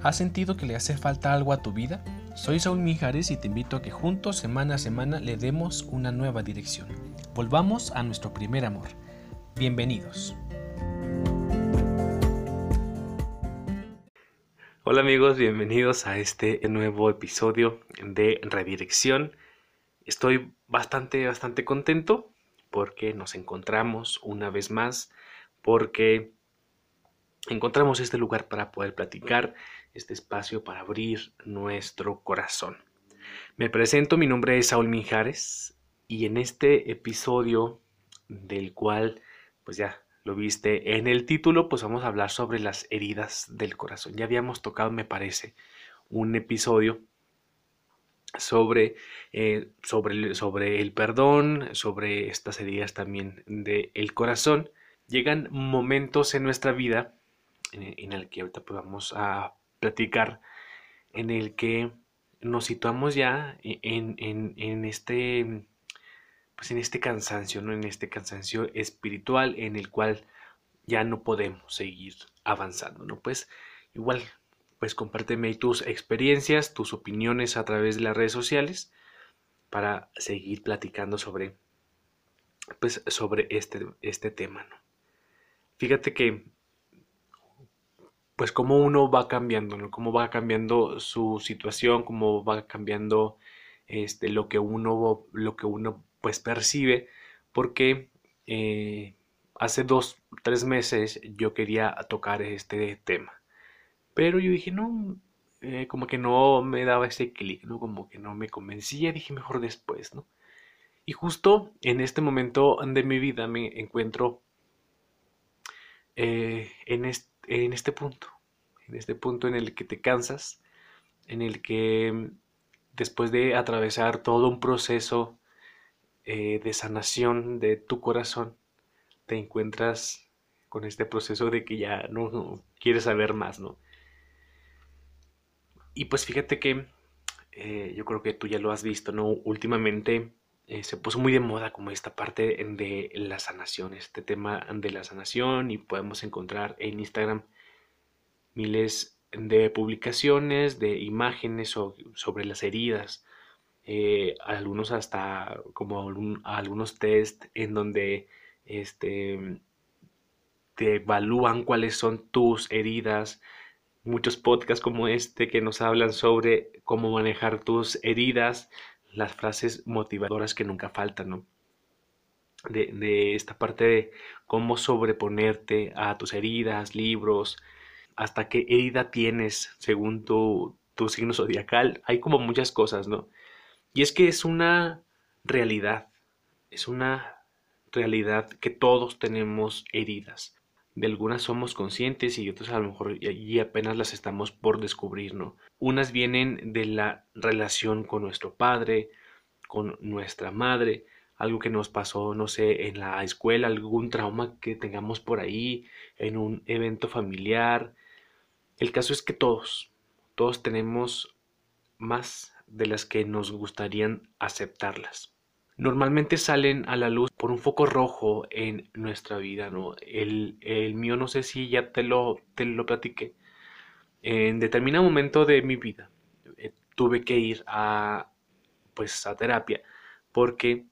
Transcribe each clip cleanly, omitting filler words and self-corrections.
¿Has sentido que le hace falta algo a tu vida? Soy Saúl Mijares y te invito a que juntos, semana a semana, le demos una nueva dirección. Volvamos a nuestro primer amor. Bienvenidos. Hola amigos, bienvenidos a este nuevo episodio de Redirección. Estoy bastante contento porque nos encontramos una vez más, porque encontramos este lugar para poder platicar, este espacio para abrir nuestro corazón. Me presento, mi nombre es Saúl Mijares y en este episodio, del cual pues ya lo viste en el título, pues vamos a hablar sobre las heridas del corazón. Ya habíamos tocado, me parece, un episodio sobre el perdón, sobre estas heridas también del corazón. Llegan momentos en nuestra vida en el que ahorita pues vamos a platicar, en el que nos situamos ya en este, pues en este cansancio, ¿no? En este cansancio espiritual en el cual ya no podemos seguir avanzando, ¿no? Pues igual, pues compárteme tus experiencias, tus opiniones a través de las redes sociales para seguir platicando sobre, pues, sobre este tema, ¿no? Fíjate que pues cómo uno va cambiando, ¿no? Cómo va cambiando su situación, cómo va cambiando lo que uno pues percibe, porque hace 2, 3 meses yo quería tocar este tema, pero yo dije, no, como que no me daba ese clic, ¿no? Como que no me convencía, dije mejor después, ¿no? Y justo en este momento de mi vida me encuentro en este punto en el que te cansas, en el que después de atravesar todo un proceso de sanación de tu corazón, te encuentras con este proceso de que ya no quieres saber más, ¿no? Y pues fíjate que yo creo que tú ya lo has visto, ¿no? Últimamente se puso muy de moda como esta parte de la sanación, este tema de la sanación, y podemos encontrar en Instagram miles de publicaciones, de imágenes sobre las heridas, algunos hasta como algunos test en donde este, te evalúan cuáles son tus heridas, muchos podcasts como este que nos hablan sobre cómo manejar tus heridas, las frases motivadoras que nunca faltan, ¿no? De esta parte de cómo sobreponerte a tus heridas, libros, hasta qué herida tienes según tu signo zodiacal. Hay como muchas cosas, ¿no? Y es que es una realidad que todos tenemos heridas. De algunas somos conscientes y otras a lo mejor y apenas las estamos por descubrir, ¿no? Unas vienen de la relación con nuestro padre, con nuestra madre, algo que nos pasó, no sé, en la escuela, algún trauma que tengamos por ahí, en un evento familiar. El caso es que todos tenemos más de las que nos gustarían aceptarlas. Normalmente salen a la luz por un foco rojo en nuestra vida, ¿no? El mío no sé si ya te lo platiqué. En determinado momento de mi vida tuve que ir pues, a terapia porque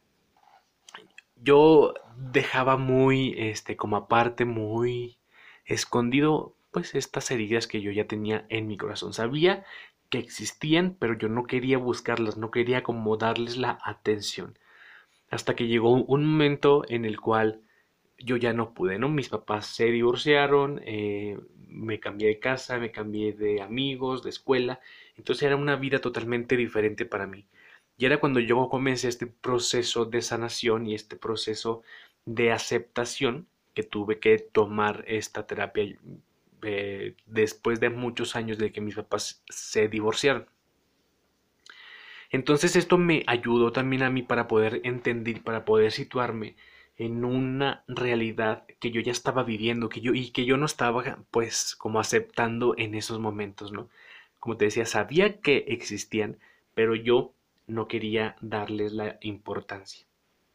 yo dejaba muy, como aparte, muy escondido, pues estas heridas que yo ya tenía en mi corazón. Sabía que existían, pero yo no quería buscarlas, no quería como darles la atención. Hasta que llegó un momento en el cual yo ya no pude, ¿no? Mis papás se divorciaron, me cambié de casa, me cambié de amigos, de escuela, entonces era una vida totalmente diferente para mí. Y era cuando yo comencé este proceso de sanación y este proceso de aceptación que tuve que tomar esta terapia después de muchos años de que mis papás se divorciaron. Entonces esto me ayudó también a mí para poder entender, para poder situarme en una realidad que yo ya estaba viviendo, que yo no estaba pues como aceptando en esos momentos, ¿no? Como te decía, sabía que existían, pero yo no quería darles la importancia.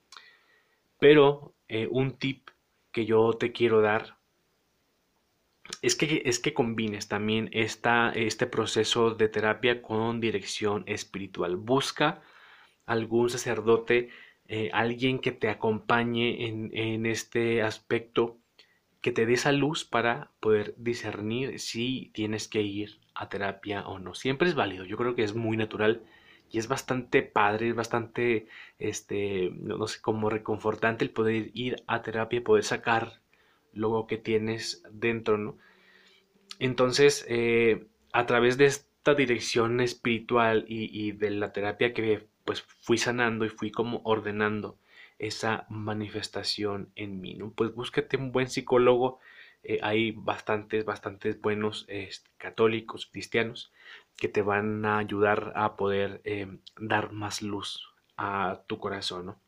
Pero un tip que yo te quiero dar es que combines también este proceso de terapia con dirección espiritual. Busca algún sacerdote, alguien que te acompañe en este aspecto, que te dé esa luz para poder discernir si tienes que ir a terapia o no. Siempre es válido, yo creo que es muy natural y es bastante padre, es bastante, no sé, como reconfortante el poder ir a terapia y poder sacar lo que tienes dentro, ¿no? Entonces, a través de esta dirección espiritual y de la terapia que pues fui sanando y fui como ordenando esa manifestación en mí, ¿no? Pues búscate un buen psicólogo. Hay bastantes buenos católicos, cristianos, que te van a ayudar a poder dar más luz a tu corazón, ¿no?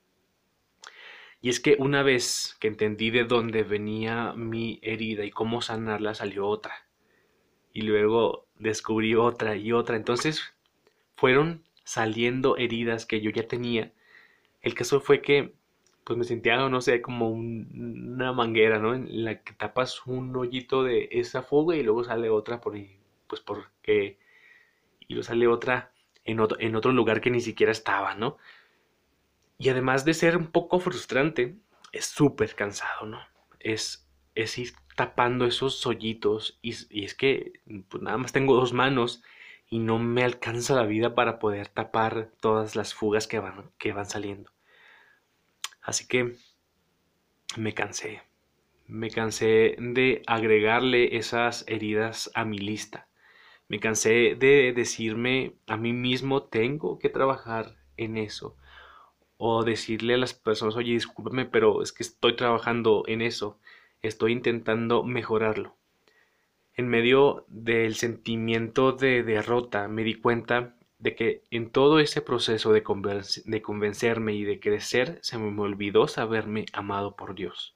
Y es que una vez que entendí de dónde venía mi herida y cómo sanarla, salió otra y luego descubrí otra y otra. Entonces fueron saliendo heridas que yo ya tenía. El caso fue que pues me sentía, no sé, como una manguera, ¿no? En la que tapas un hoyito de esa fuga y luego sale otra por ahí, pues porque y luego sale otra en otro lugar que ni siquiera estaba, ¿no? Y además de ser un poco frustrante, es súper cansado, ¿no? Es, es ir tapando esos hoyitos y es que pues nada más tengo dos manos y no me alcanza la vida para poder tapar todas las fugas que van saliendo. Así que me cansé. Me cansé de agregarle esas heridas a mi lista. Me cansé de decirme a mí mismo tengo que trabajar en eso. O decirle a las personas, oye, discúlpame, pero es que estoy trabajando en eso, estoy intentando mejorarlo. En medio del sentimiento de derrota, me di cuenta de que en todo ese proceso de convencerme y de crecer, se me olvidó saberme amado por Dios.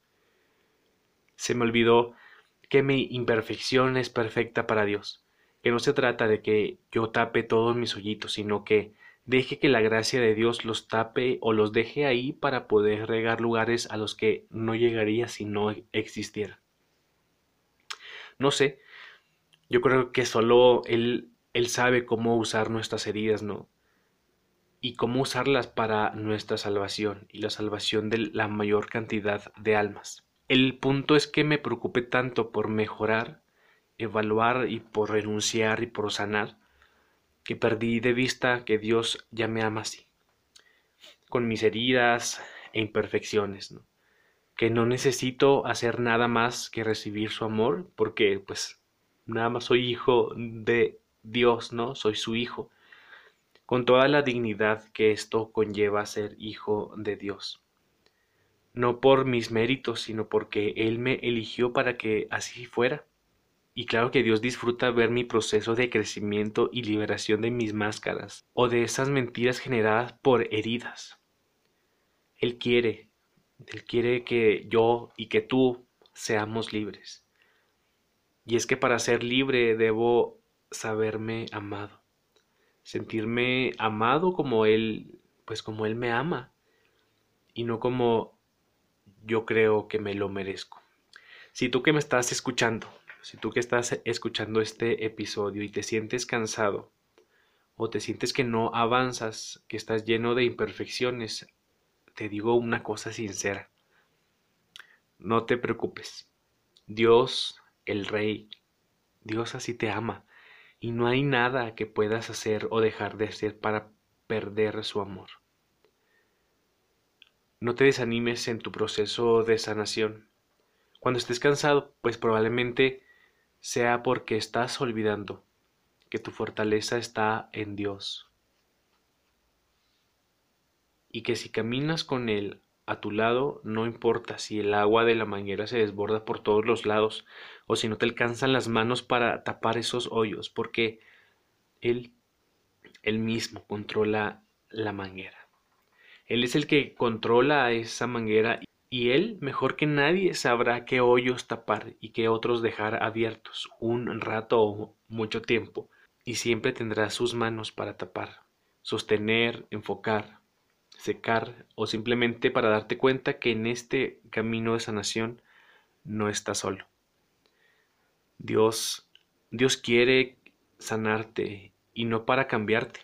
Se me olvidó que mi imperfección es perfecta para Dios, que no se trata de que yo tape todos mis hoyitos, sino que deje que la gracia de Dios los tape o los deje ahí para poder regar lugares a los que no llegaría si no existiera. No sé, yo creo que solo Él sabe cómo usar nuestras heridas, ¿no? Y cómo usarlas para nuestra salvación y la salvación de la mayor cantidad de almas. El punto es que me preocupe tanto por mejorar, evaluar y por renunciar y por sanar, que perdí de vista que Dios ya me ama así, con mis heridas e imperfecciones, ¿no? Que no necesito hacer nada más que recibir su amor, porque pues nada más soy hijo de Dios, ¿no? Soy su hijo, con toda la dignidad que esto conlleva ser hijo de Dios. No por mis méritos, sino porque Él me eligió para que así fuera. Y claro que Dios disfruta ver mi proceso de crecimiento y liberación de mis máscaras o de esas mentiras generadas por heridas. Él quiere, Él quiere que yo y que tú seamos libres. Y es que para ser libre debo saberme amado, sentirme amado como Él, pues como Él me ama y no como yo creo que me lo merezco. Si tú que me estás escuchando, si tú que estás escuchando este episodio y te sientes cansado o te sientes que no avanzas, que estás lleno de imperfecciones, te digo una cosa sincera. No te preocupes. Dios, el Rey, Dios así te ama y no hay nada que puedas hacer o dejar de hacer para perder su amor. No te desanimes en tu proceso de sanación. Cuando estés cansado, pues probablemente sea porque estás olvidando que tu fortaleza está en Dios y que si caminas con Él a tu lado, no importa si el agua de la manguera se desborda por todos los lados o si no te alcanzan las manos para tapar esos hoyos, porque Él, Él mismo controla la manguera. Él es el que controla esa manguera y Él, mejor que nadie, sabrá qué hoyos tapar y qué otros dejar abiertos un rato o mucho tiempo, y siempre tendrá sus manos para tapar, sostener, enfocar, secar o simplemente para darte cuenta que en este camino de sanación no estás solo. Dios quiere sanarte y no para cambiarte,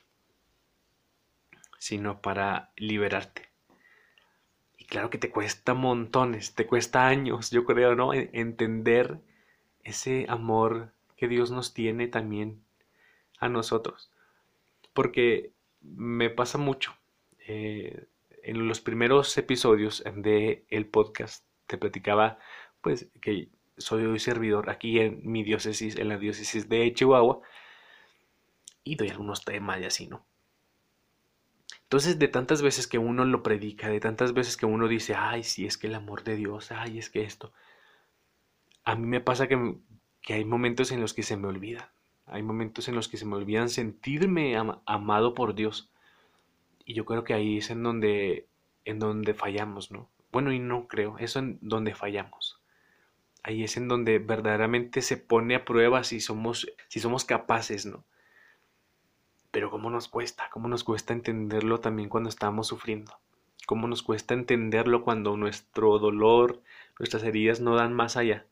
sino para liberarte. Y claro que te cuesta montones, te cuesta años, yo creo, ¿no? Entender ese amor que Dios nos tiene también a nosotros. Porque me pasa mucho. En los primeros episodios de el podcast te platicaba pues que soy hoy servidor aquí en mi diócesis, en la diócesis de Chihuahua, y doy algunos temas y así, ¿no? Entonces, de tantas veces que uno lo predica, de tantas veces que uno dice, ay, sí, es que el amor de Dios, ay, es que esto, a mí me pasa que hay momentos en los que se me olvida, hay momentos en los que se me olvidan sentirme amado por Dios. Y yo creo que ahí es en donde fallamos, ¿no? Bueno, y no creo, eso en donde fallamos. Ahí es en donde verdaderamente se pone a prueba si somos capaces, ¿no? Pero cómo nos cuesta entenderlo también cuando estamos sufriendo. Cómo nos cuesta entenderlo cuando nuestro dolor, nuestras heridas no dan más allá.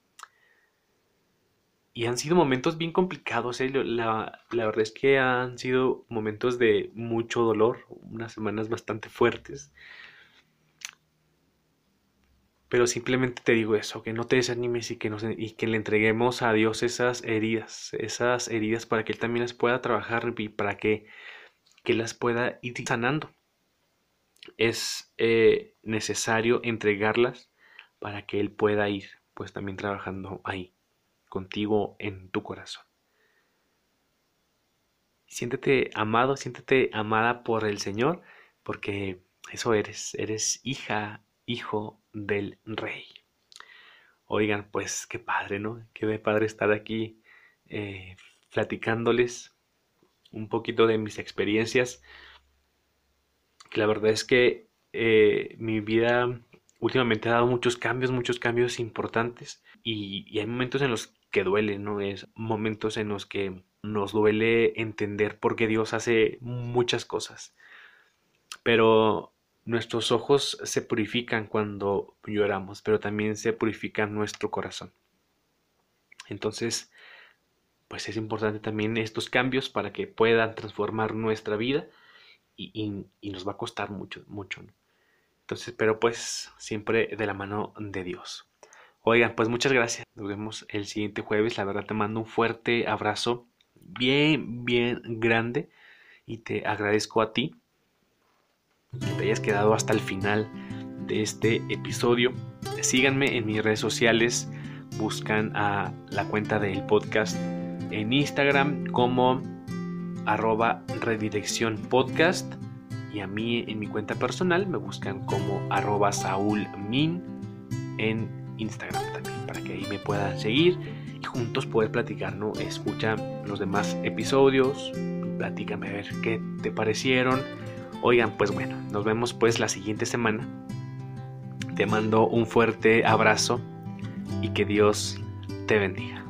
Y han sido momentos bien complicados, ¿eh? La verdad es que han sido momentos de mucho dolor, unas semanas bastante fuertes. Pero simplemente te digo eso, que no te desanimes y que le entreguemos a Dios esas heridas para que Él también las pueda trabajar y para que las pueda ir sanando. Es necesario entregarlas para que Él pueda ir, pues también trabajando ahí, contigo en tu corazón. Siéntete amado, siéntete amada por el Señor, porque eso eres hija, hijo del Rey. Oigan, pues qué padre, ¿no? Qué padre estar aquí platicándoles un poquito de mis experiencias. La verdad es que mi vida últimamente ha dado muchos cambios importantes y hay momentos en los que duele, ¿no? Es momentos en los que nos duele entender por qué Dios hace muchas cosas. Pero nuestros ojos se purifican cuando lloramos, pero también se purifica nuestro corazón. Entonces, pues es importante también estos cambios para que puedan transformar nuestra vida y nos va a costar mucho, mucho, ¿no? Entonces, pero pues siempre de la mano de Dios. Oigan, pues muchas gracias. Nos vemos el siguiente jueves. La verdad te mando un fuerte abrazo bien grande y te agradezco a ti que te hayas quedado hasta el final de este episodio. Síganme en mis redes sociales. Buscan a la cuenta del podcast en Instagram como @redireccionpodcast y a mí en mi cuenta personal me buscan como @saulmin en Instagram también para que ahí me puedan seguir y juntos poder platicar, ¿no? Escucha los demás episodios, platícame a ver qué te parecieron. Oigan, pues bueno, nos vemos pues la siguiente semana. Te mando un fuerte abrazo y que Dios te bendiga.